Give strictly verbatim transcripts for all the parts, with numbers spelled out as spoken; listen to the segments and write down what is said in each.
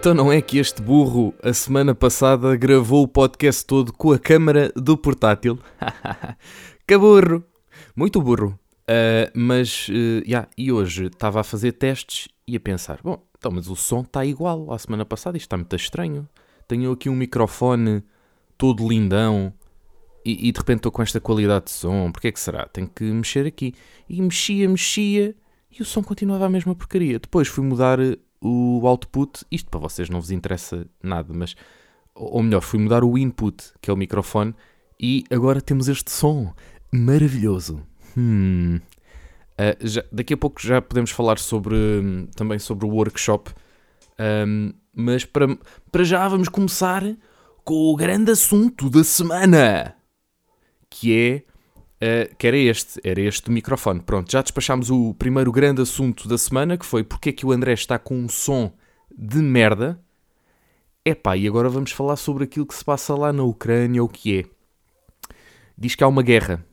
Então não é que este burro, a semana passada, gravou o podcast todo com a câmara do portátil? Que burro! Muito burro. Uh, mas, uh, yeah, e hoje estava a fazer testes e a pensar, bom, então, mas o som está igual à semana passada, isto está muito estranho. Tenho aqui um microfone todo lindão e, e de repente estou com esta qualidade de som, porque é que será? Tenho que mexer aqui. E mexia, mexia e o som continuava a mesma porcaria. Depois fui mudar o output, isto para vocês não vos interessa nada, mas, ou melhor, fui mudar o input, que é o microfone, e agora temos este som maravilhoso. Hum. Uh, já, daqui a pouco já podemos falar sobre, também sobre o workshop, um, mas para, para já vamos começar com o grande assunto da semana, que é, uh, que era este, era este microfone. Pronto, já despachámos o primeiro grande assunto da semana, que foi porque é que o André está com um som de merda. Epá, e agora vamos falar sobre aquilo que se passa lá na Ucrânia, o que é. Diz que há uma guerra.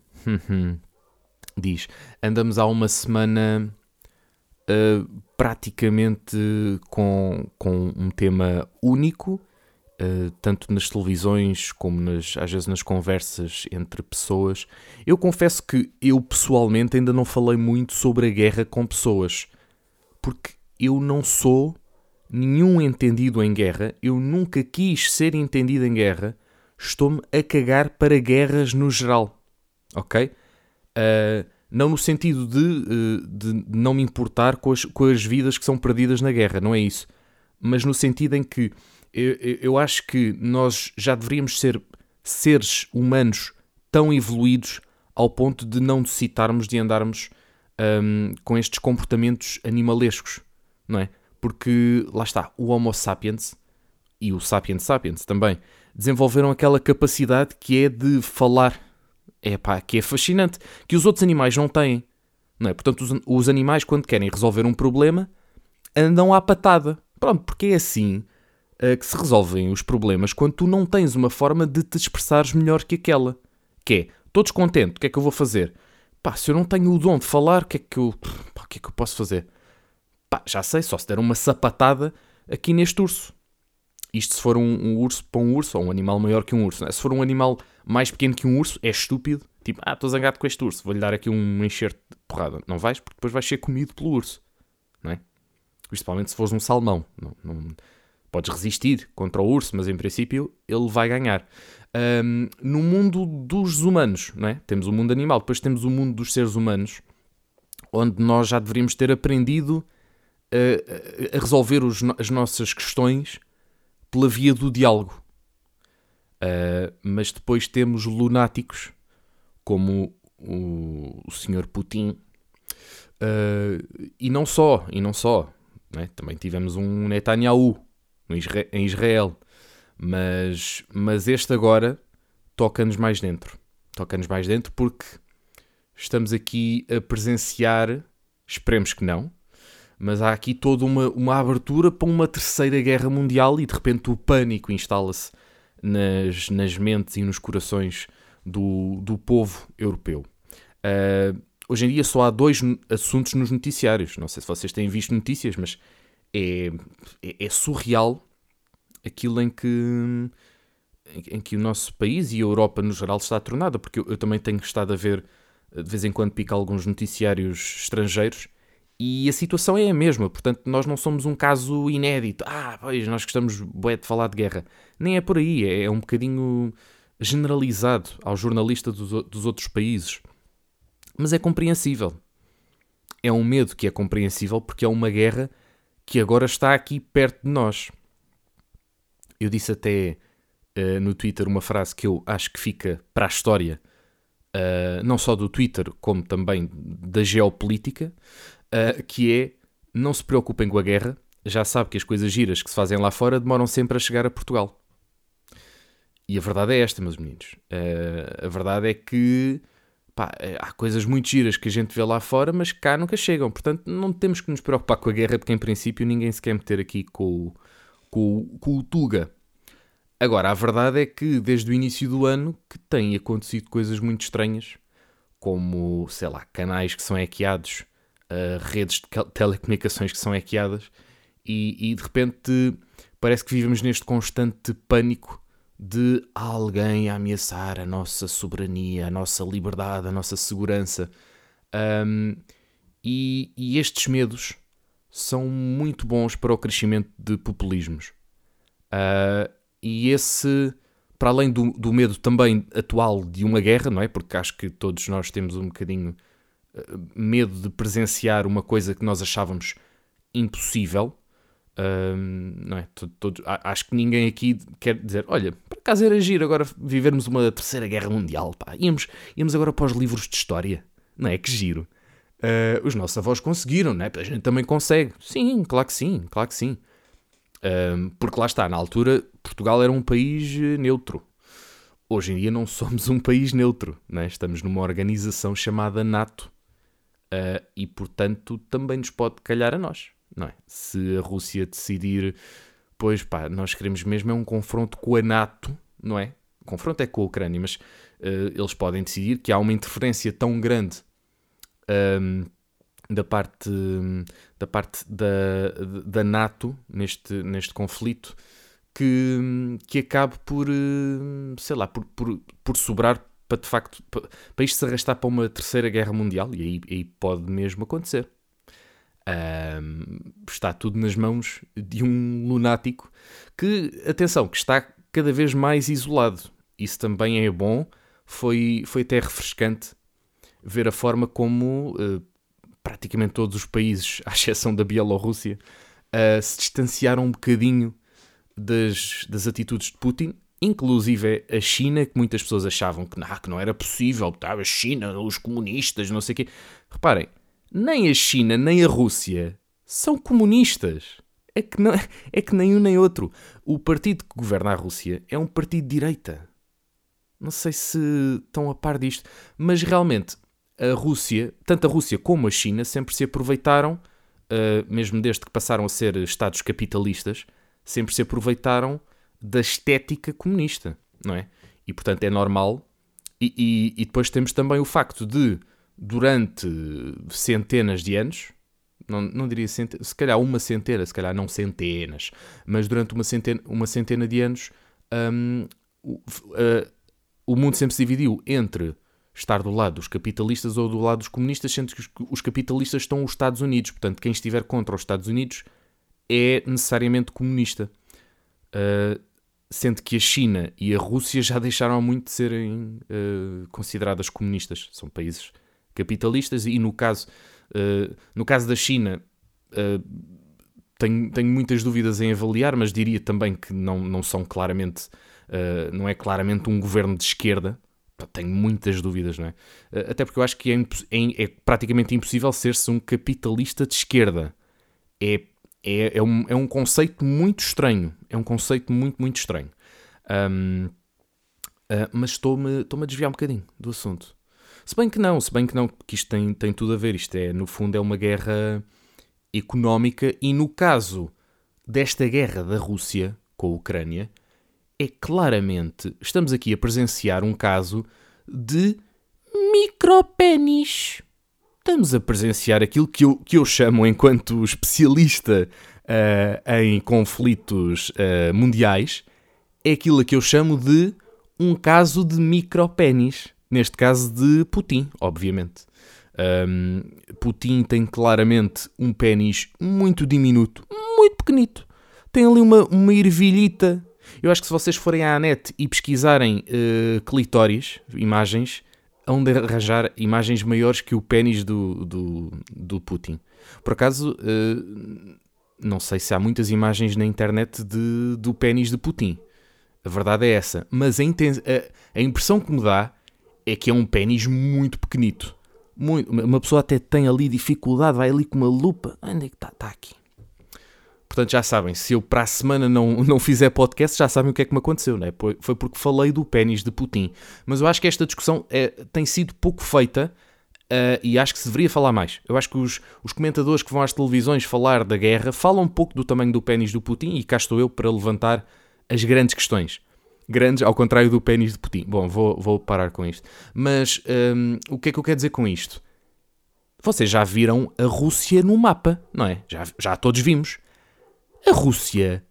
Diz, andamos há uma semana uh, praticamente com, com um tema único, uh, tanto nas televisões como nas, às vezes nas conversas entre pessoas. Eu confesso que eu pessoalmente ainda não falei muito sobre a guerra com pessoas, porque eu não sou nenhum entendido em guerra, eu nunca quis ser entendido em guerra, estou-me a cagar para guerras no geral, ok? Uh, não no sentido de, uh, de não me importar com as, com as vidas que são perdidas na guerra, não é isso. Mas no sentido em que eu, eu acho que nós já deveríamos ser seres humanos tão evoluídos ao ponto de não necessitarmos de andarmos um, com estes comportamentos animalescos, não é? Porque, lá está, o Homo sapiens e o Sapiens sapiens também desenvolveram aquela capacidade que é de falar. É pá, que é fascinante, que os outros animais não têm, não é? Portanto, os, os animais, quando querem resolver um problema, andam à patada. Pronto, porque é assim uh, que se resolvem os problemas quando tu não tens uma forma de te expressares melhor que aquela. Que é, estou descontente, o que é que eu vou fazer? Pá, se eu não tenho o dom de falar, o que é que eu, pá, o que é que eu posso fazer? Pá, já sei, só se der uma sapatada aqui neste urso. Isto se for um, um urso para um urso, ou um animal maior que um urso. Não é? Se for um animal mais pequeno que um urso, é estúpido. Tipo, ah, estou zangado com este urso, vou-lhe dar aqui um enxerto de porrada. Não vais, porque depois vais ser comido pelo urso. Não é? Principalmente se fores um salmão. Não, não, podes resistir contra o urso, mas em princípio ele vai ganhar. Um, no mundo dos humanos, não é? Temos o mundo animal, depois temos o mundo dos seres humanos, onde nós já deveríamos ter aprendido a, a resolver os, as nossas questões pela via do diálogo. Uh, mas depois temos lunáticos, como o, o senhor Putin, uh, e não só, e não só, né? Também tivemos um Netanyahu no Isra- em Israel, mas, mas este agora toca-nos mais dentro. Toca-nos mais dentro porque estamos aqui a presenciar, esperemos que não, mas há aqui toda uma, uma abertura para uma terceira guerra mundial e de repente o pânico instala-se nas, nas mentes e nos corações do, do povo europeu. Uh, hoje em dia só há dois assuntos nos noticiários. Não sei se vocês têm visto notícias, mas é, é, é surreal aquilo em que, em, em que o nosso país e a Europa no geral está tornada, porque eu, eu também tenho estado a ver, de vez em quando pico alguns noticiários estrangeiros, e a situação é a mesma, portanto nós não somos um caso inédito. Ah, pois, nós gostamos bué de falar de guerra. Nem é por aí, é, é um bocadinho generalizado ao jornalista dos, dos outros países. Mas é compreensível. É um medo que é compreensível porque é uma guerra que agora está aqui perto de nós. Eu disse até uh, no Twitter uma frase que eu acho que fica para a história, uh, não só do Twitter, como também da geopolítica, Uh, que é, não se preocupem com a guerra, já sabe que as coisas giras que se fazem lá fora demoram sempre a chegar a Portugal. E a verdade é esta, meus meninos. Uh, a verdade é que pá, há coisas muito giras que a gente vê lá fora, mas cá nunca chegam. Portanto, não temos que nos preocupar com a guerra, porque em princípio ninguém se quer meter aqui com, o- com, o- com o Tuga. Agora, a verdade é que desde o início do ano que têm acontecido coisas muito estranhas, como, sei lá, canais que são hackeados, uh, redes de telecomunicações que são hackeadas e, e de repente parece que vivemos neste constante pânico de alguém a ameaçar a nossa soberania, a nossa liberdade, a nossa segurança. Um, e, e estes medos são muito bons para o crescimento de populismos. Uh, e esse, para além do, do medo também atual de uma guerra, não é? Porque acho que todos nós temos um bocadinho uh, medo de presenciar uma coisa que nós achávamos impossível. Uh, não é? Todo, todo, acho que ninguém aqui quer dizer, olha, por acaso era giro agora vivermos uma terceira guerra mundial, pá. Íamos, íamos agora para os livros de história, não é? Que giro. Uh, os nossos avós conseguiram, não é? A gente também consegue. Sim, claro que sim, claro que sim. Uh, porque lá está, na altura Portugal era um país neutro. Hoje em dia não somos um país neutro, não é? Estamos numa organização chamada NATO. Uh, e portanto também nos pode calhar a nós. Não é? Se a Rússia decidir, pois pá, nós queremos mesmo é um confronto com a NATO, não é? O confronto é com a Ucrânia, mas uh, eles podem decidir que há uma interferência tão grande um, da parte, da, parte da, da NATO neste, neste conflito que, que acabe por, uh, sei lá, por, por, por sobrar para de facto, para, para isto se arrastar para uma terceira guerra mundial, e aí, aí pode mesmo acontecer. Um, está tudo nas mãos de um lunático que, atenção, que está cada vez mais isolado. Isso também é bom. Foi, foi até refrescante ver a forma como uh, praticamente todos os países, à exceção da Bielorrússia, uh, se distanciaram um bocadinho das, das atitudes de Putin, inclusive a China, que muitas pessoas achavam que não, que não era possível, a China, os comunistas, não sei o quê. Reparem, nem a China nem a Rússia são comunistas. É que, não, é que nem um nem outro. O partido que governa a Rússia é um partido de direita. Não sei se estão a par disto, mas realmente a Rússia, tanto a Rússia como a China, sempre se aproveitaram, uh, mesmo desde que passaram a ser Estados capitalistas, sempre se aproveitaram da estética comunista, não é? E portanto é normal. E, e, e depois temos também o facto de, durante centenas de anos, não, não diria centenas, se calhar uma centena, se calhar não centenas, mas durante uma centena, uma centena de anos um, o, uh, o mundo sempre se dividiu entre estar do lado dos capitalistas ou do lado dos comunistas, sendo que os, os capitalistas estão os Estados Unidos. Portanto, quem estiver contra os Estados Unidos é necessariamente comunista. Uh, sendo que a China e a Rússia já deixaram muito de serem uh, consideradas comunistas. São países capitalistas e no caso, uh, no caso da China uh, tenho, tenho muitas dúvidas em avaliar, mas diria também que não, não são claramente, uh, não é claramente um governo de esquerda. Tenho muitas dúvidas, não é? Uh, até porque eu acho que é, impo- é, é praticamente impossível ser-se um capitalista de esquerda. É É, é, um, é um conceito muito estranho. É um conceito muito, muito estranho. Um, uh, mas estou-me, estou-me a desviar um bocadinho do assunto. Se bem que não, se bem que não, que isto tem, tem tudo a ver. Isto é, no fundo, é uma guerra económica e no caso desta guerra da Rússia com a Ucrânia, é claramente, estamos aqui a presenciar um caso de micropénis. Estamos a presenciar aquilo que eu, que eu chamo, enquanto especialista uh, em conflitos uh, mundiais, é aquilo que eu chamo de um caso de micropénis. Neste caso de Putin, obviamente. Um, Putin tem claramente um pénis muito diminuto, muito pequenito. Tem ali uma, uma ervilhita. Eu acho que se vocês forem à net e pesquisarem uh, clitóris, imagens, hão de arranjar imagens maiores que o pénis do, do, do Putin. Por acaso, uh, não sei se há muitas imagens na internet de, do pénis de Putin. A verdade é essa. Mas a, inten- a, a impressão que me dá é que é um pénis muito pequenito. Muito, uma pessoa até tem ali dificuldade, vai ali com uma lupa. Onde é que está? Está aqui. Portanto, já sabem, se eu para a semana não, não fizer podcast, já sabem o que é que me aconteceu, não é? Foi porque falei do pénis de Putin. Mas eu acho que esta discussão é, tem sido pouco feita uh, e acho que se deveria falar mais. Eu acho que os, os comentadores que vão às televisões falar da guerra falam um pouco do tamanho do pénis do Putin e cá estou eu para levantar as grandes questões. Grandes, ao contrário do pénis de Putin. Bom, vou, vou parar com isto. Mas um, o que é que eu quero dizer com isto? Vocês já viram a Rússia no mapa, não é? Já, já todos vimos. A Rússia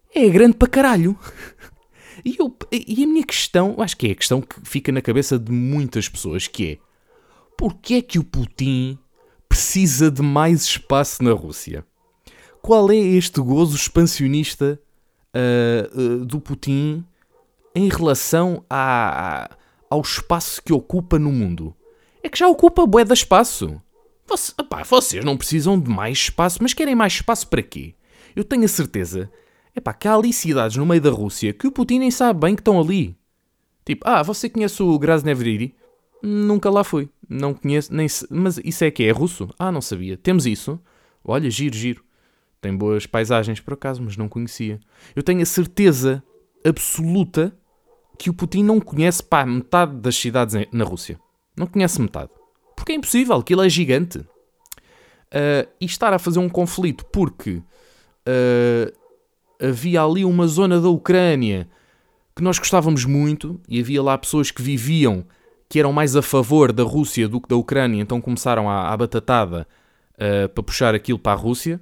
é grande para caralho. E, eu, e a minha questão, acho que é a questão que fica na cabeça de muitas pessoas, que é: porquê é que o Putin precisa de mais espaço na Rússia? Qual é este gozo expansionista uh, uh, do Putin em relação a, a, ao espaço que ocupa no mundo? É que já ocupa bué de espaço. Você, opá, vocês não precisam de mais espaço, mas querem mais espaço para quê? Eu tenho a certeza, epá, que há ali cidades no meio da Rússia que o Putin nem sabe bem que estão ali. Tipo, ah, você conhece o Krasnevdiri? Nunca lá fui. Não conheço, nem se... Mas isso é que é russo? Ah, não sabia. Temos isso? Olha, giro, giro. Tem boas paisagens por acaso, mas não conhecia. Eu tenho a certeza absoluta que o Putin não conhece, pá, metade das cidades na Rússia. Não conhece metade. Porque é impossível, aquilo é gigante. Uh, e estar a fazer um conflito porque uh, havia ali uma zona da Ucrânia que nós gostávamos muito e havia lá pessoas que viviam que eram mais a favor da Rússia do que da Ucrânia, então começaram à, à batatada uh, para puxar aquilo para a Rússia.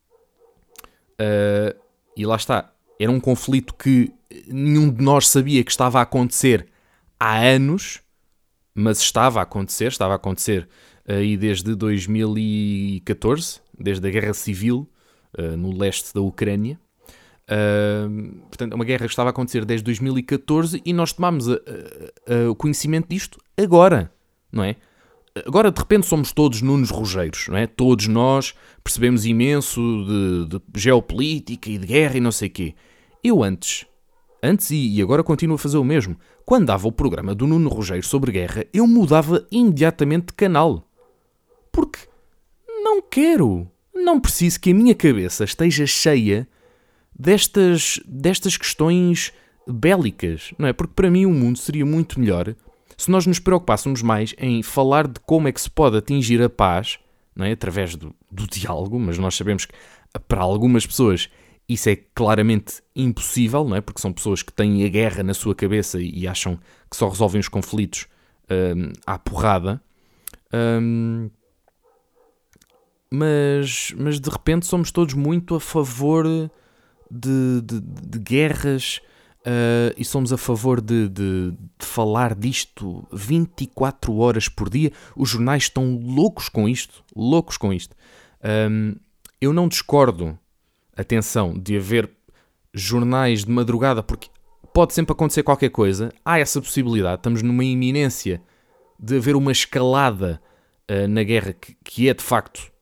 Uh, e lá está. Era um conflito que nenhum de nós sabia que estava a acontecer há anos, mas estava a acontecer, estava a acontecer aí desde dois mil e catorze, desde a Guerra Civil uh, no leste da Ucrânia. Uh, portanto, uma guerra que estava a acontecer desde dois mil e catorze e nós tomámos a, a, a, o conhecimento disto agora, não é? Agora, de repente, somos todos Nunos Rogeiros, não é? Todos nós percebemos imenso de, de geopolítica e de guerra e não sei o quê. Eu antes, antes e, e agora continuo a fazer o mesmo, quando dava o programa do Nuno Rogério sobre guerra, eu mudava imediatamente de canal. Porque não quero, não preciso que a minha cabeça esteja cheia destas, destas questões bélicas, não é? Porque para mim o mundo seria muito melhor se nós nos preocupássemos mais em falar de como é que se pode atingir a paz, não é? Através do, do diálogo, mas nós sabemos que para algumas pessoas isso é claramente impossível, não é? Porque são pessoas que têm a guerra na sua cabeça e acham que só resolvem os conflitos hum, à porrada. Hum, mas, mas de repente somos todos muito a favor de, de, de guerras uh, e somos a favor de, de, de falar disto vinte e quatro horas por dia. Os jornais estão loucos com isto, loucos com isto. Um, eu não discordo, atenção, de haver jornais de madrugada, porque pode sempre acontecer qualquer coisa. Há essa possibilidade, estamos numa iminência de haver uma escalada uh, na guerra que, que é de facto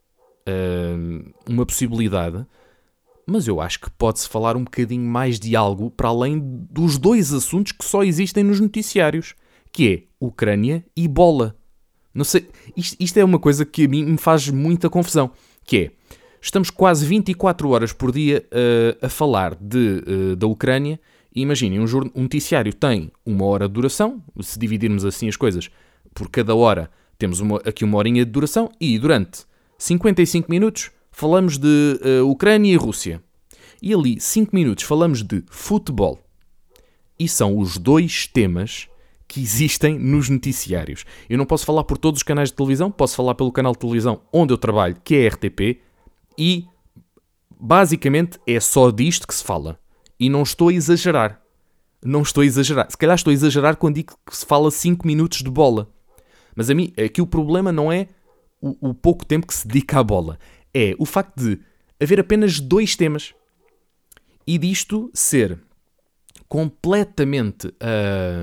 uh, uma possibilidade. Mas eu acho que pode-se falar um bocadinho mais de algo para além dos dois assuntos que só existem nos noticiários, que é Ucrânia e bola. Não sei, isto, isto é uma coisa que a mim me faz muita confusão, que é, estamos quase vinte e quatro horas por dia uh, a falar de, uh, da Ucrânia, e imaginem, um, um noticiário tem uma hora de duração, se dividirmos assim as coisas, por cada hora temos uma, aqui uma horinha de duração, e durante cinquenta e cinco minutos falamos de uh, Ucrânia e Rússia. E ali, cinco minutos, falamos de futebol. E são os dois temas que existem nos noticiários. Eu não posso falar por todos os canais de televisão, posso falar pelo canal de televisão onde eu trabalho, que é a R T P, e basicamente é só disto que se fala. E não estou a exagerar. Não estou a exagerar. Se calhar estou a exagerar quando digo que se fala cinco minutos de bola. Mas a mim, aqui o problema não é o, o pouco tempo que se dedica à bola. É o facto de haver apenas dois temas e disto ser completamente uh,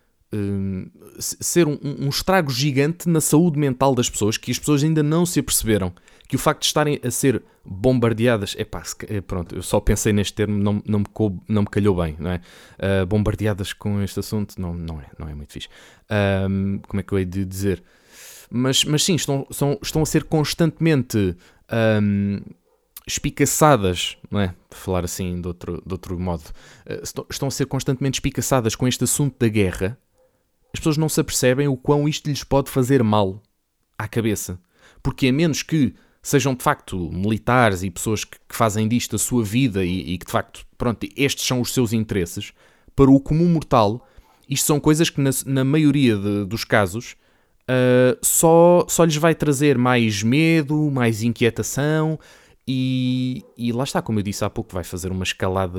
uh, ser um, um estrago gigante na saúde mental das pessoas, que as pessoas ainda não se aperceberam que o facto de estarem a ser bombardeadas, epá, pronto, eu só pensei neste termo, não, não, me, coube, não me calhou bem, não é? Uh, bombardeadas com este assunto, não, não, é, não é muito fixe. Uh, como é que eu hei de dizer? Mas, mas sim, estão, são, estão a ser constantemente um, espicaçadas, não é? Para falar assim de outro, de outro modo, uh, estão, estão a ser constantemente espicaçadas com este assunto da guerra. As pessoas não se apercebem o quão isto lhes pode fazer mal à cabeça. Porque a menos que sejam de facto militares e pessoas que, que fazem disto a sua vida e, e que de facto, pronto, estes são os seus interesses, para o comum mortal, isto são coisas que na, na maioria de, dos casos uh, só, só lhes vai trazer mais medo, mais inquietação e, e lá está, como eu disse há pouco, vai fazer uma escalada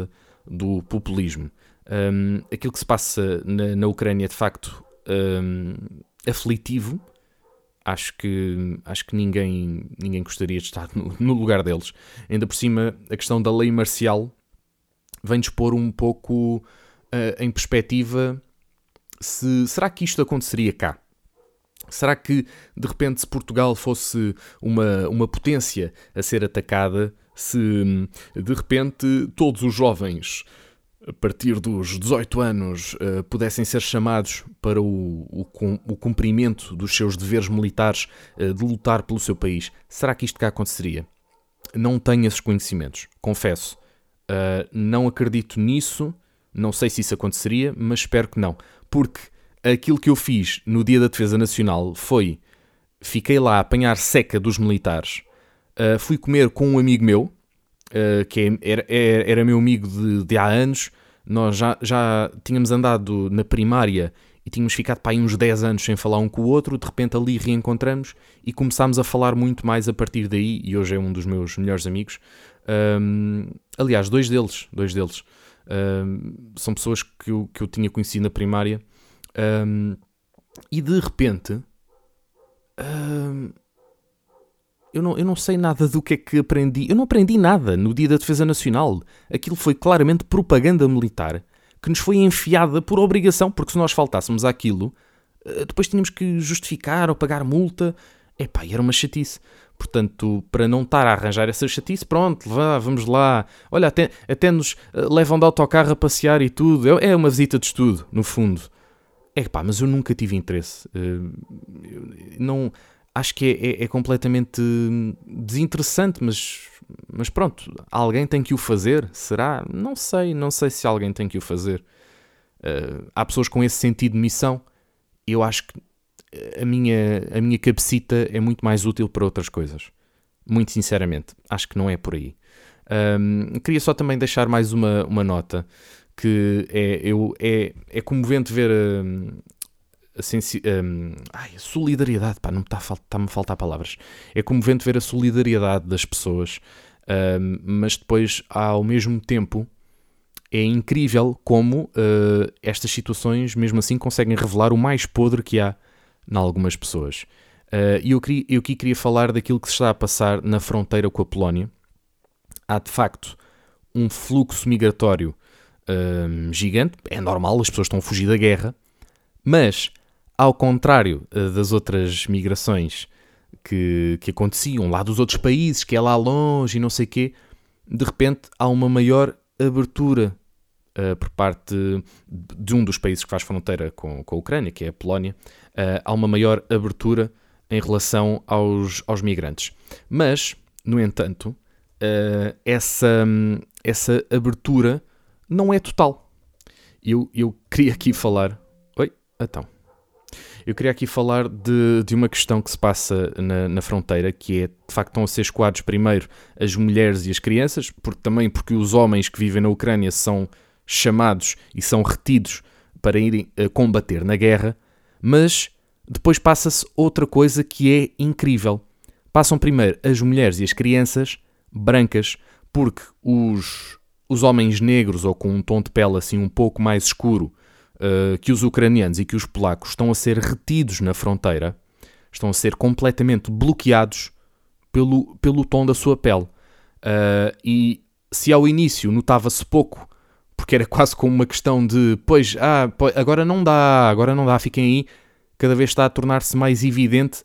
do populismo. Um, aquilo que se passa na, na Ucrânia é de facto um, aflitivo. Acho que, acho que ninguém, ninguém gostaria de estar no, no lugar deles. Ainda por cima, a questão da lei marcial vem-nos pôr um pouco uh, em perspectiva se será que isto aconteceria cá? Será que, de repente, se Portugal fosse uma, uma potência a ser atacada, se, de repente, todos os jovens, a partir dos dezoito anos, uh, pudessem ser chamados para o, o, o cumprimento dos seus deveres militares, uh, de lutar pelo seu país, será que isto cá aconteceria? Não tenho esses conhecimentos, confesso. Uh, não acredito nisso, não sei se isso aconteceria, mas espero que não. Porque aquilo que eu fiz no Dia da Defesa Nacional foi, fiquei lá a apanhar seca dos militares, uh, fui comer com um amigo meu, uh, que é, era, era, era meu amigo de, de há anos. Nós já, já tínhamos andado na primária e tínhamos ficado para aí uns dez anos sem falar um com o outro. De repente ali reencontramos e começámos a falar muito mais a partir daí, e hoje é um dos meus melhores amigos. Um, aliás, dois deles, dois deles um, são pessoas que eu, que eu tinha conhecido na primária. Um, e de repente um, eu, não, eu não sei nada do que é que aprendi. Eu não aprendi nada no Dia da Defesa Nacional. Aquilo foi claramente propaganda militar que nos foi enfiada por obrigação, porque se nós faltássemos àquilo, depois tínhamos que justificar ou pagar multa. Epá, era uma chatice. Portanto, para não estar a arranjar essa chatice, pronto, vá, vamos lá. Olha, até, até nos levam de autocarro a passear e tudo. É uma visita de estudo, no fundo. É pá, mas eu nunca tive interesse. Uh, não, acho que é, é, é completamente desinteressante, mas, mas pronto, alguém tem que o fazer, será? Não sei, não sei se alguém tem que o fazer. Uh, há pessoas com esse sentido de missão. Eu acho que a minha, a minha cabecita é muito mais útil para outras coisas. Muito sinceramente, acho que não é por aí. Um, queria só também deixar mais uma, uma nota, que é, eu, é, é comovente ver a, a, sensi, a, ai, a solidariedade, pá, não está a me faltar palavras, é comovente ver a solidariedade das pessoas, um, mas depois, ao mesmo tempo, é incrível como uh, estas situações, mesmo assim, conseguem revelar o mais podre que há em algumas pessoas. Uh, e eu, queria, eu aqui queria falar daquilo que se está a passar na fronteira com a Polónia. Há, de facto, um fluxo migratório Um, gigante, é normal, as pessoas estão a fugir da guerra, mas ao contrário uh, das outras migrações que, que aconteciam lá dos outros países, que é lá longe e não sei o quê, de repente há uma maior abertura uh, por parte de um dos países que faz fronteira com, com a Ucrânia, que é a Polónia. Uh, há uma maior abertura em relação aos, aos migrantes, mas, no entanto, uh, essa, essa abertura não é total. Eu, eu queria aqui falar... Oi? Então. Eu queria aqui falar de, de uma questão que se passa na, na fronteira, que é, de facto, estão a ser escoados primeiro as mulheres e as crianças, porque, também porque os homens que vivem na Ucrânia são chamados e são retidos para irem a combater na guerra, mas depois passa-se outra coisa que é incrível. Passam primeiro as mulheres e as crianças brancas, porque os... os homens negros ou com um tom de pele assim um pouco mais escuro uh, que os ucranianos e que os polacos estão a ser retidos na fronteira, estão a ser completamente bloqueados pelo, pelo tom da sua pele. Uh, e se ao início notava-se pouco, porque era quase como uma questão de, pois, ah, agora não dá, agora não dá, fiquem aí, cada vez está a tornar-se mais evidente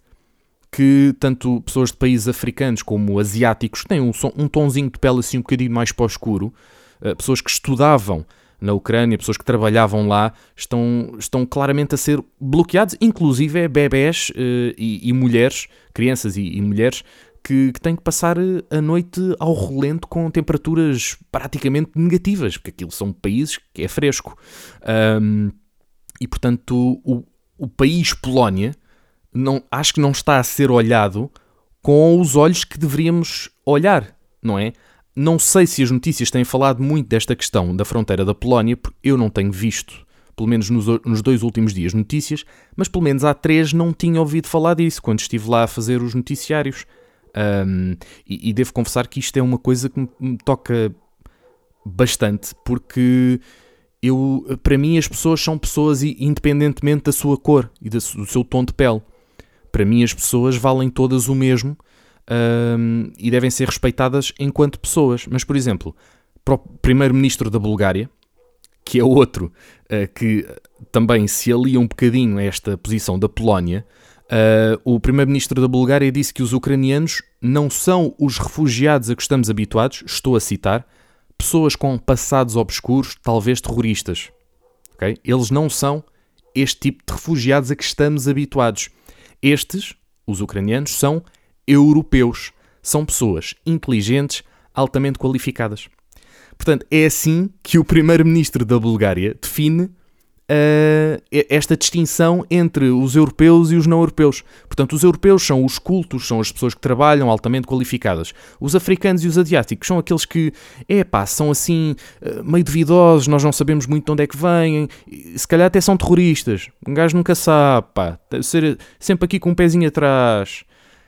que tanto pessoas de países africanos como asiáticos têm um, um tonzinho de pele assim um bocadinho mais para o escuro, uh, pessoas que estudavam na Ucrânia, pessoas que trabalhavam lá, estão, estão claramente a ser bloqueados, inclusive bebés uh, e, e mulheres, crianças e, e mulheres, que, que têm que passar a noite ao relento com temperaturas praticamente negativas, porque aquilo são países que é fresco. Um, e, portanto, o, o país Polónia não, acho que não está a ser olhado com os olhos que deveríamos olhar, não é? Não sei se as notícias têm falado muito desta questão da fronteira da Polónia, porque eu não tenho visto, pelo menos nos, nos dois últimos dias, notícias, mas pelo menos há três não tinha ouvido falar disso, quando estive lá a fazer os noticiários. Um, e, e devo confessar que isto é uma coisa que me, me toca bastante, porque eu, para mim as pessoas são pessoas independentemente da sua cor e do seu tom de pele. Para mim as pessoas valem todas o mesmo um, e devem ser respeitadas enquanto pessoas. Mas, por exemplo, para o primeiro-ministro da Bulgária, que é outro uh, que também se alia um bocadinho a esta posição da Polónia, uh, o primeiro-ministro da Bulgária disse que os ucranianos não são os refugiados a que estamos habituados, estou a citar, pessoas com passados obscuros, talvez terroristas. Okay? Eles não são este tipo de refugiados a que estamos habituados. Estes, os ucranianos, são europeus. São pessoas inteligentes, altamente qualificadas. Portanto, é assim que o primeiro-ministro da Bulgária define uh, esta distinção entre os europeus e os não-europeus. Portanto, os europeus são os cultos, são as pessoas que trabalham, altamente qualificadas. Os africanos e os asiáticos são aqueles que, epá, são assim, uh, meio duvidosos, nós não sabemos muito de onde é que vêm, se calhar até são terroristas. Um gajo nunca sabe, pá, deve ser sempre aqui com um pezinho atrás.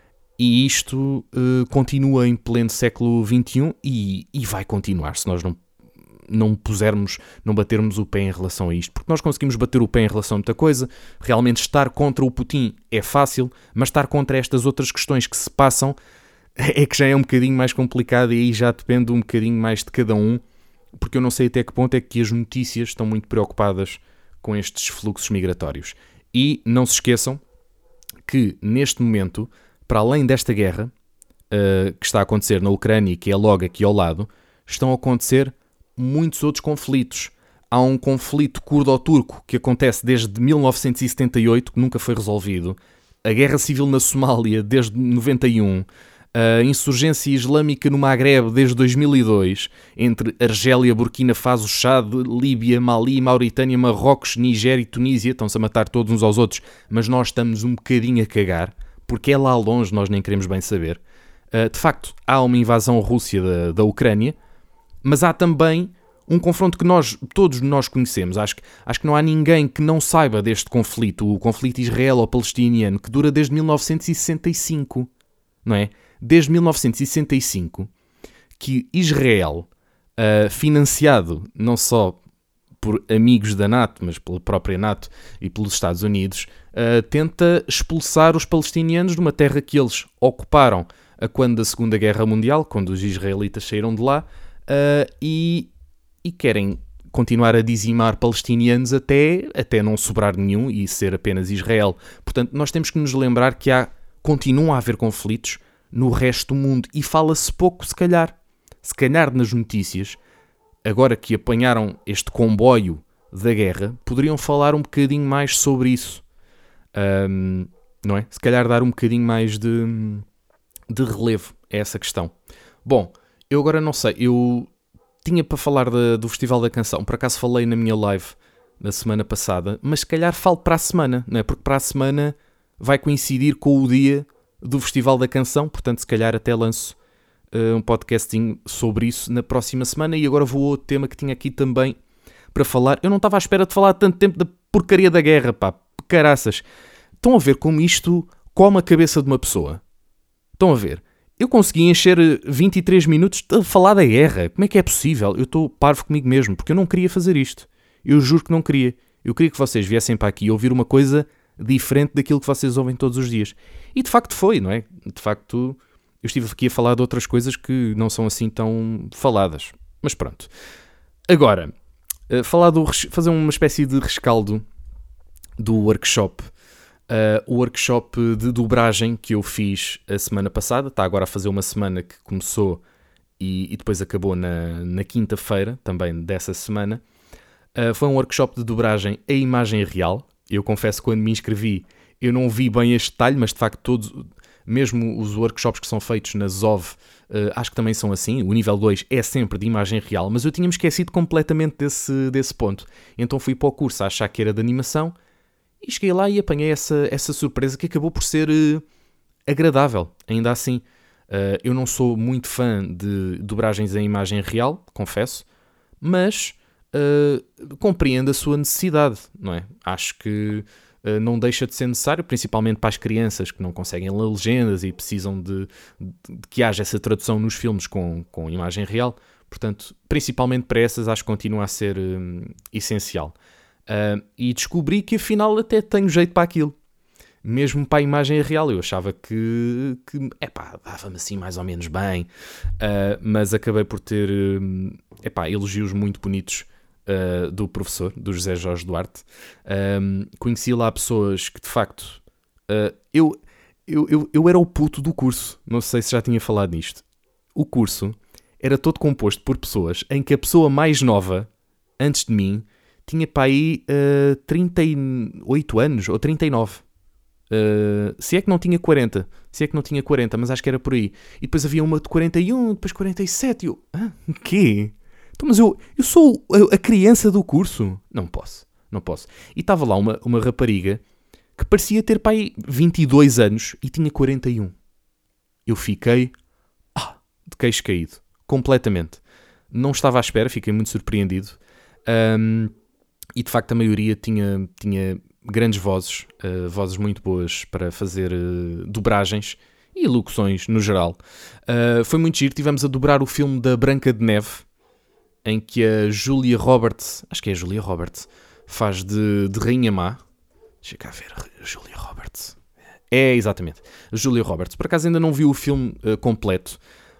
E isto uh, continua em pleno século vinte e um e, e vai continuar se nós não, não pusermos, não batermos o pé em relação a isto. Porque nós conseguimos bater o pé em relação a muita coisa. Realmente estar contra o Putin é fácil, mas estar contra estas outras questões que se passam é que já é um bocadinho mais complicado e aí já depende um bocadinho mais de cada um. Porque eu não sei até que ponto é que as notícias estão muito preocupadas com estes fluxos migratórios. E não se esqueçam que neste momento, para além desta guerra uh, que está a acontecer na Ucrânia e que é logo aqui ao lado, estão a acontecer muitos outros conflitos. Há um conflito curdo-turco que acontece desde mil novecentos e setenta e oito, que nunca foi resolvido. A guerra civil na Somália desde noventa e um. A insurgência islâmica no Maghreb desde dois mil e dois, entre Argélia, Burkina Faso, Chad, Líbia, Mali, Mauritânia, Marrocos, Nigéria e Tunísia. Estão-se a matar todos uns aos outros, mas nós estamos um bocadinho a cagar. Porque é lá longe, nós nem queremos bem saber. Uh, de facto, há uma invasão Rússia da, da Ucrânia, mas há também um confronto que nós, todos nós conhecemos. Acho que, acho que não há ninguém que não saiba deste conflito, o conflito israelo-palestiniano, que dura desde mil novecentos e sessenta e cinco, não é? Desde mil novecentos e sessenta e cinco, que Israel, uh, financiado não só por amigos da NATO, mas pela própria NATO e pelos Estados Unidos, uh, tenta expulsar os palestinianos de uma terra que eles ocuparam a quando da Segunda Guerra Mundial, quando os israelitas saíram de lá, uh, e, e querem continuar a dizimar palestinianos até, até não sobrar nenhum e ser apenas Israel. Portanto, nós temos que nos lembrar que há, continuam a haver conflitos no resto do mundo e fala-se pouco, se calhar. Se calhar nas notícias, agora que apanharam este comboio da guerra, poderiam falar um bocadinho mais sobre isso. Um, não é? Se calhar dar um bocadinho mais de, de relevo a essa questão. Bom, eu agora não sei, eu tinha para falar de, do Festival da Canção, por acaso falei na minha live na semana passada, mas se calhar falo para a semana, não é? Porque para a semana vai coincidir com o dia do Festival da Canção, portanto se calhar até lanço um podcasting sobre isso na próxima semana. E agora vou ao outro tema que tinha aqui também para falar. Eu não estava à espera de falar tanto tempo da porcaria da guerra, pá, caraças. Estão a ver como isto come a cabeça de uma pessoa? Estão a ver? Eu consegui encher vinte e três minutos a falar da guerra. Como é que é possível? Eu estou parvo comigo mesmo, porque eu não queria fazer isto. Eu juro que não queria. Eu queria que vocês viessem para aqui ouvir uma coisa diferente daquilo que vocês ouvem todos os dias. E de facto foi, não é? De facto, eu estive aqui a falar de outras coisas que não são assim tão faladas. Mas pronto. Agora, falar do, fazer uma espécie de rescaldo do workshop. Uh, o workshop de dobragem que eu fiz a semana passada. Está agora a fazer uma semana que começou e, e depois acabou na, na quinta-feira, também dessa semana. Uh, foi um workshop de dobragem em imagem real. Eu confesso que quando me inscrevi eu não vi bem este detalhe, mas de facto todos, mesmo os workshops que são feitos na Zov, uh, acho que também são assim. O nível dois é sempre de imagem real, mas eu tinha-me esquecido completamente desse, desse ponto. Então fui para o curso a achar que era de animação e cheguei lá e apanhei essa, essa surpresa que acabou por ser uh, agradável, ainda assim. Uh, eu não sou muito fã de dobragens em imagem real, confesso, mas uh, compreendo a sua necessidade, não é? Acho que uh, não deixa de ser necessário, principalmente para as crianças que não conseguem ler legendas e precisam de, de, de que haja essa tradução nos filmes com, com imagem real. Portanto, principalmente para essas, acho que continua a ser hum, essencial. Uh, e descobri que afinal até tenho jeito para aquilo. Mesmo para a imagem real, eu achava que, que epá, dava-me assim mais ou menos bem, uh, mas acabei por ter um, epá, elogios muito bonitos uh, do professor, do José Jorge Duarte. Um, conheci lá pessoas que de facto, uh, eu, eu, eu, eu era o puto do curso, não sei se já tinha falado nisto. O curso era todo composto por pessoas em que a pessoa mais nova, antes de mim, tinha para aí uh, trinta e oito anos ou trinta e nove. Uh, se é que não tinha quarenta, se é que não tinha quarenta, mas acho que era por aí. E depois havia uma de quarenta e um, depois quarenta e sete. E eu, ah, o quê? Então, mas eu, eu sou a, a criança do curso? Não posso, não posso. E estava lá uma, uma rapariga que parecia ter para aí vinte e dois anos e tinha quarenta e um. Eu fiquei ah, de queixo caído, completamente. Não estava à espera, fiquei muito surpreendido. Um, e de facto a maioria tinha... tinha grandes vozes, uh, vozes muito boas para fazer uh, dobragens e locuções no geral. Uh, foi muito giro, tivemos a dobrar o filme da Branca de Neve, em que a Julia Roberts, acho que é a Julia Roberts, faz de, de Rainha Má. Deixa cá ver, a Julia Roberts. É, exatamente, a Julia Roberts. Por acaso ainda não vi o filme uh, completo,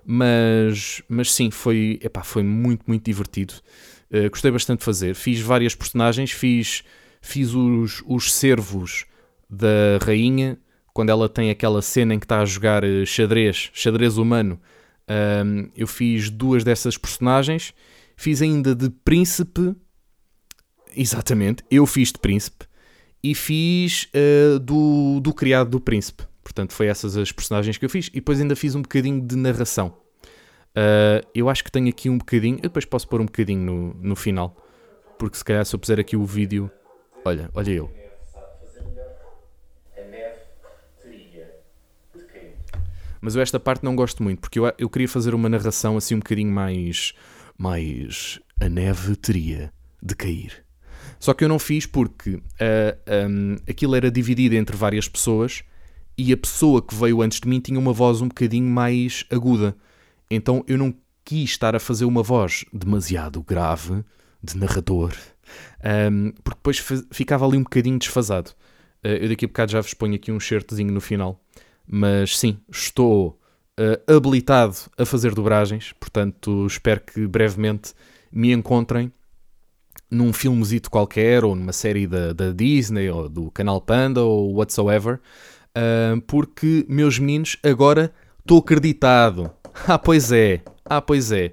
mas, mas sim, foi, epá, foi muito, muito divertido. Uh, gostei bastante de fazer. Fiz várias personagens, fiz... Fiz os, os servos da rainha, quando ela tem aquela cena em que está a jogar xadrez, xadrez humano. Um, eu fiz duas dessas personagens. Fiz ainda de príncipe. Exatamente, eu fiz de príncipe. E fiz uh, do, do criado do príncipe. Portanto, foi essas as personagens que eu fiz. E depois ainda fiz um bocadinho de narração. Uh, eu acho que tenho aqui um bocadinho... Eu depois posso pôr um bocadinho no, no final. Porque se calhar se eu puser aqui o vídeo... Olha, olha eu. Mas eu esta parte não gosto muito, porque eu, eu queria fazer uma narração assim um bocadinho mais... mais... A neve teria de cair. Só que eu não fiz porque uh, um, aquilo era dividido entre várias pessoas e a pessoa que veio antes de mim tinha uma voz um bocadinho mais aguda. Então eu não quis estar a fazer uma voz demasiado grave, de narrador... Um, porque depois f- ficava ali um bocadinho desfasado. Uh, eu daqui a bocado já vos ponho aqui um certozinho no final. Mas sim, estou uh, habilitado a fazer dobragens. Portanto, espero que brevemente me encontrem num filmezito qualquer, ou numa série da, da Disney, ou do Canal Panda, ou whatsoever. Uh, porque, meus meninos, agora estou acreditado. Ah, pois é. Ah, pois é.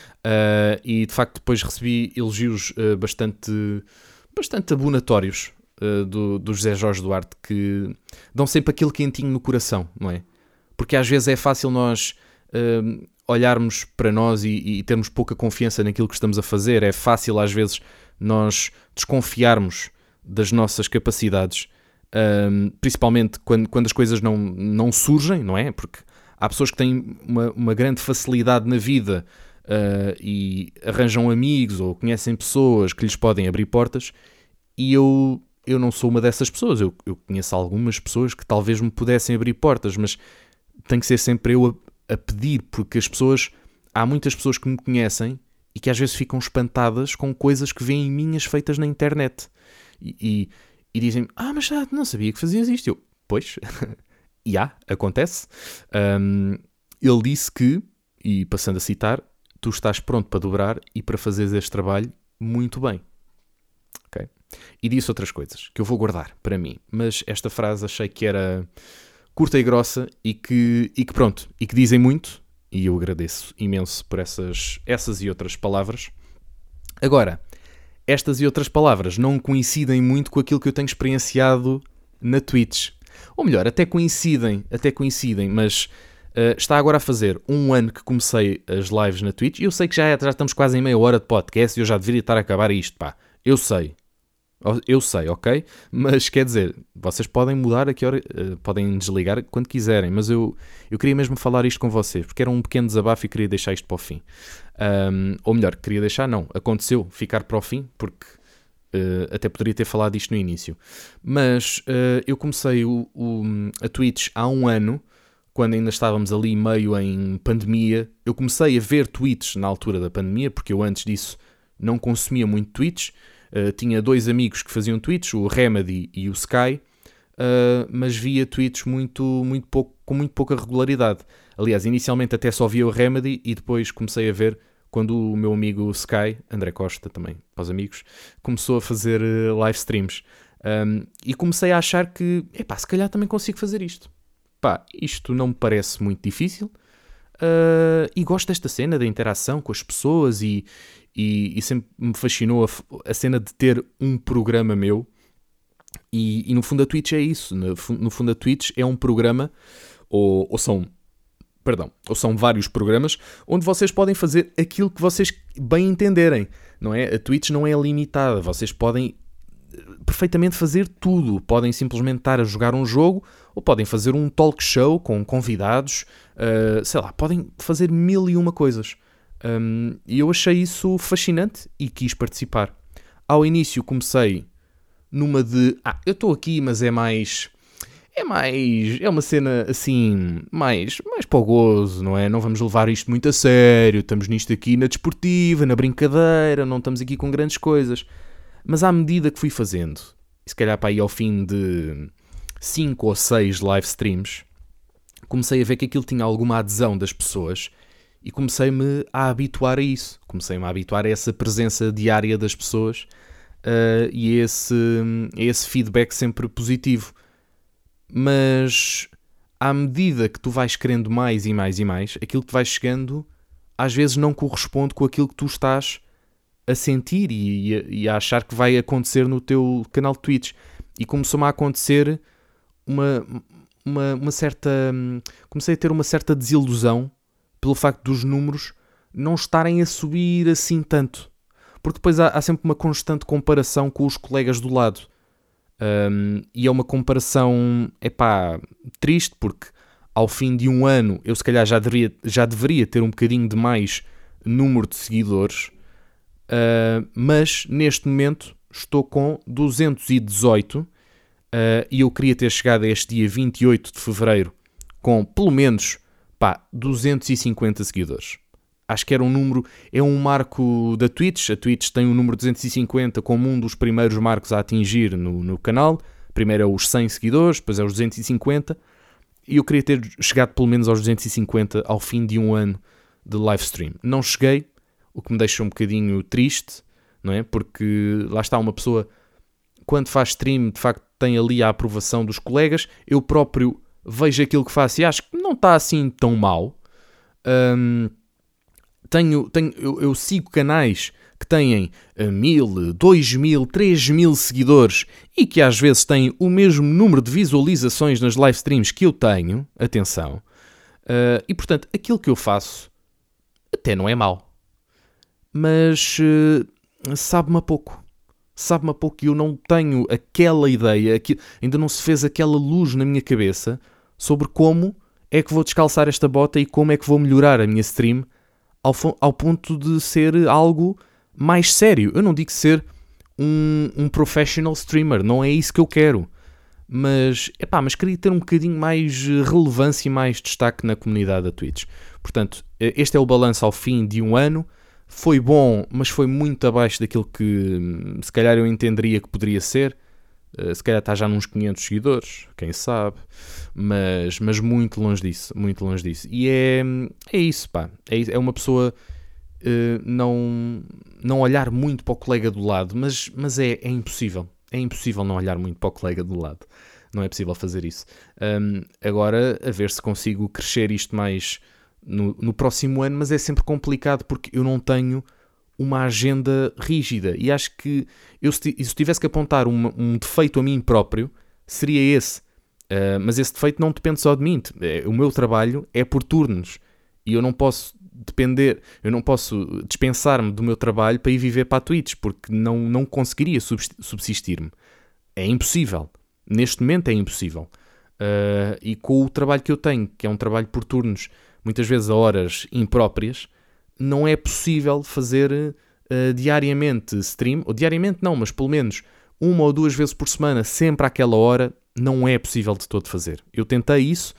Uh, e de facto depois recebi elogios uh, bastante, bastante abonatórios uh, do, do José Jorge Duarte, que dão sempre aquele quentinho no coração, não é? Porque às vezes é fácil nós uh, olharmos para nós e, e termos pouca confiança naquilo que estamos a fazer. É fácil às vezes nós desconfiarmos das nossas capacidades, uh, principalmente quando, quando as coisas não, não surgem, não é? Porque há pessoas que têm uma, uma grande facilidade na vida Uh, e arranjam amigos ou conhecem pessoas que lhes podem abrir portas, e eu, eu não sou uma dessas pessoas. Eu, eu conheço algumas pessoas que talvez me pudessem abrir portas, mas tem que ser sempre eu a, a pedir, porque as pessoas, há muitas pessoas que me conhecem e que às vezes ficam espantadas com coisas que veem minhas feitas na internet e, e, e dizem, ah, mas já não sabia que fazias isto. Eu, pois, e há, acontece. Um, ele disse que, e passando a citar, tu estás pronto para dobrar e para fazeres este trabalho muito bem. Okay? E disse outras coisas que eu vou guardar para mim. Mas esta frase achei que era curta e grossa e que, e que pronto, e que dizem muito. E eu agradeço imenso por essas, essas e outras palavras. Agora, estas e outras palavras não coincidem muito com aquilo que eu tenho experienciado na Twitch. Ou melhor, até coincidem, até coincidem, mas... Uh, está agora a fazer um ano que comecei as lives na Twitch e eu sei que já, é, já estamos quase em meia hora de podcast e eu já deveria estar a acabar isto, pá. Eu sei. Eu sei, ok? Mas quer dizer, vocês podem mudar a que hora, uh, podem desligar quando quiserem, mas eu, eu queria mesmo falar isto com vocês, porque era um pequeno desabafo e queria deixar isto para o fim. Um, ou melhor, queria deixar, não, aconteceu ficar para o fim, porque uh, até poderia ter falado isto no início. Mas uh, eu comecei o, o, a Twitch há um ano, quando ainda estávamos ali meio em pandemia. Eu comecei a ver tweets na altura da pandemia, porque eu antes disso não consumia muito tweets. Uh, tinha dois amigos que faziam tweets, o Remedy e o Sky, uh, mas via tweets muito, muito pouco, com muito pouca regularidade. Aliás, inicialmente até só via o Remedy e depois comecei a ver quando o meu amigo Sky, André Costa também, para os amigos, começou a fazer uh, live streams. Um, e comecei a achar que, epá, se calhar também consigo fazer isto. Pá, isto não me parece muito difícil uh, e gosto desta cena da interação com as pessoas e, e, e sempre me fascinou a, a cena de ter um programa meu e, e no fundo a Twitch é isso. No, no fundo a Twitch é um programa ou, ou são perdão, ou são vários programas onde vocês podem fazer aquilo que vocês bem entenderem, não é? A Twitch não é limitada, vocês podem perfeitamente fazer tudo. Podem simplesmente estar a jogar um jogo ou podem fazer um talk show com convidados, uh, sei lá, podem fazer mil e uma coisas. Um, e eu achei isso fascinante e quis participar. Ao início comecei numa de, ah, eu estou aqui, mas é mais, é mais, é uma cena assim, mais, mais para o gozo, não é? Não vamos levar isto muito a sério, estamos nisto aqui na desportiva, na brincadeira, não estamos aqui com grandes coisas. Mas à medida que fui fazendo, e se calhar para ir ao fim de cinco ou seis live streams, comecei a ver que aquilo tinha alguma adesão das pessoas e comecei-me a habituar a isso. Comecei-me a habituar a essa presença diária das pessoas uh, e a esse, a esse feedback sempre positivo. Mas à medida que tu vais querendo mais e mais e mais, aquilo que te vais chegando às vezes não corresponde com aquilo que tu estás a sentir e, e, e a achar que vai acontecer no teu canal de Twitch. E começou-me a acontecer uma, uma, uma certa... Comecei a ter uma certa desilusão pelo facto dos números não estarem a subir assim tanto. Porque depois há, há sempre uma constante comparação com os colegas do lado. Um, e é uma comparação, epá, triste, porque ao fim de um ano eu se calhar já deveria, já deveria ter um bocadinho de mais número de seguidores. Uh, mas neste momento estou com duzentos e dezoito uh, e eu queria ter chegado a este dia vinte e oito de fevereiro com pelo menos pá, duzentos e cinquenta seguidores. Acho que era um número, é um marco da Twitch. A Twitch tem o número duzentos e cinquenta como um dos primeiros marcos a atingir no, no canal. Primeiro é os cem seguidores, depois é os duzentos e cinquenta e eu queria ter chegado pelo menos aos duzentos e cinquenta ao fim de um ano de live stream. Não cheguei, o que me deixa um bocadinho triste, não é? Porque lá está, uma pessoa, quando faz stream, de facto tem ali a aprovação dos colegas. Eu próprio vejo aquilo que faço e acho que não está assim tão mal. Um, tenho, tenho, eu, eu sigo canais que têm mil, dois mil, três mil seguidores e que às vezes têm o mesmo número de visualizações nas live streams que eu tenho. Atenção. Uh, e portanto, aquilo que eu faço até não é mau. Mas uh, sabe-me a pouco. Sabe-me a pouco e eu não tenho aquela ideia, que ainda não se fez aquela luz na minha cabeça sobre como é que vou descalçar esta bota e como é que vou melhorar a minha stream ao, ao ponto de ser algo mais sério. Eu não digo ser um, um professional streamer, não é isso que eu quero. Mas, epá, mas queria ter um bocadinho mais relevância e mais destaque na comunidade da Twitch. Portanto, este é o balanço ao fim de um ano. Foi bom, mas foi muito abaixo daquilo que se calhar eu entenderia que poderia ser. Uh, se calhar está já nos quinhentos seguidores, quem sabe. Mas, mas muito longe disso, muito longe disso. E é, é isso, pá. É, é uma pessoa uh, não, não olhar muito para o colega do lado, mas, mas é, é impossível. É impossível não olhar muito para o colega do lado. Não é possível fazer isso. Um, agora, a ver se consigo crescer isto mais No, no próximo ano, mas é sempre complicado porque eu não tenho uma agenda rígida e acho que eu, se, se tivesse que apontar uma, um defeito a mim próprio, seria esse. Uh, mas esse defeito não depende só de mim. O meu trabalho é por turnos e eu não posso depender, eu não posso dispensar-me do meu trabalho para ir viver para a Twitch porque não, não conseguiria subsistir-me. É impossível. Neste momento é impossível. Uh, e com o trabalho que eu tenho, que é um trabalho por turnos, muitas vezes a horas impróprias, não é possível fazer uh, diariamente stream, ou diariamente não, mas pelo menos uma ou duas vezes por semana, sempre àquela hora, não é possível de todo fazer. Eu tentei isso,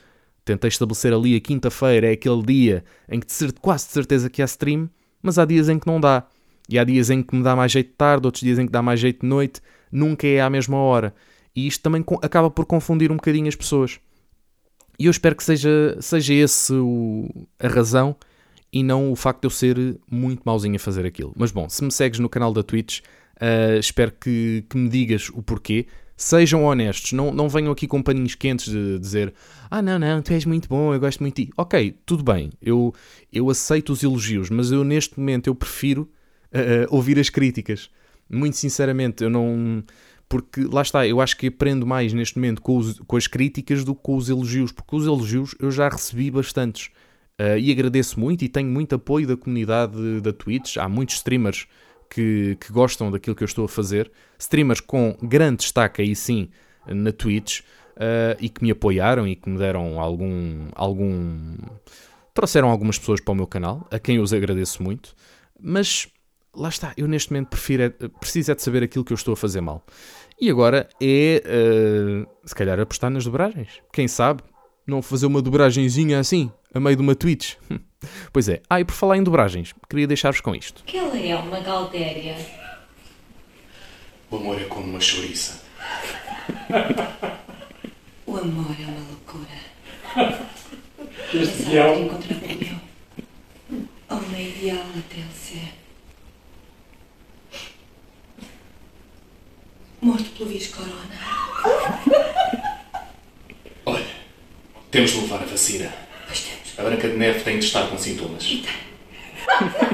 Tentei estabelecer ali a quinta-feira, é aquele dia em que de quase de certeza que há stream, mas há dias em que não dá. E há dias em que me dá mais jeito de tarde, outros dias em que dá mais jeito de noite, nunca é à mesma hora. E isto também acaba por confundir um bocadinho as pessoas. E eu espero que seja, seja esse o, a razão e não o facto de eu ser muito mauzinho a fazer aquilo. Mas bom, se me segues no canal da Twitch, uh, espero que, que me digas o porquê. Sejam honestos, não, não venham aqui com paninhos quentes de dizer ah não, não, tu és muito bom, eu gosto muito de ti. Ok, tudo bem, eu, eu aceito os elogios, mas eu neste momento eu prefiro uh, ouvir as críticas. Muito sinceramente, eu não... Porque, lá está, eu acho que aprendo mais neste momento com, os, com as críticas do que com os elogios, porque os elogios eu já recebi bastantes. Uh, e agradeço muito e tenho muito apoio da comunidade da Twitch. Há muitos streamers que, que gostam daquilo que eu estou a fazer. Streamers com grande destaque aí sim na Twitch uh, e que me apoiaram e que me deram algum... algum... trouxeram algumas pessoas para o meu canal, a quem eu os agradeço muito. Mas... lá está, eu neste momento prefiro é, preciso é de saber aquilo que eu estou a fazer mal. E agora é, uh, se calhar, apostar nas dobragens. Quem sabe não fazer uma dobragenzinha assim, a meio de uma Twitch. Pois é. Ah, e por falar em dobragens, queria deixar-vos com isto. Que ela é uma galdéria. O amor é como uma chouriça. O amor é uma loucura. Este é encontrar o meu. Uma ideal até ele ser. Morto pelo vírus corona. Olha, temos de levar a vacina. Pois temos. A Branca de Neve tem de estar com sintomas. E tem.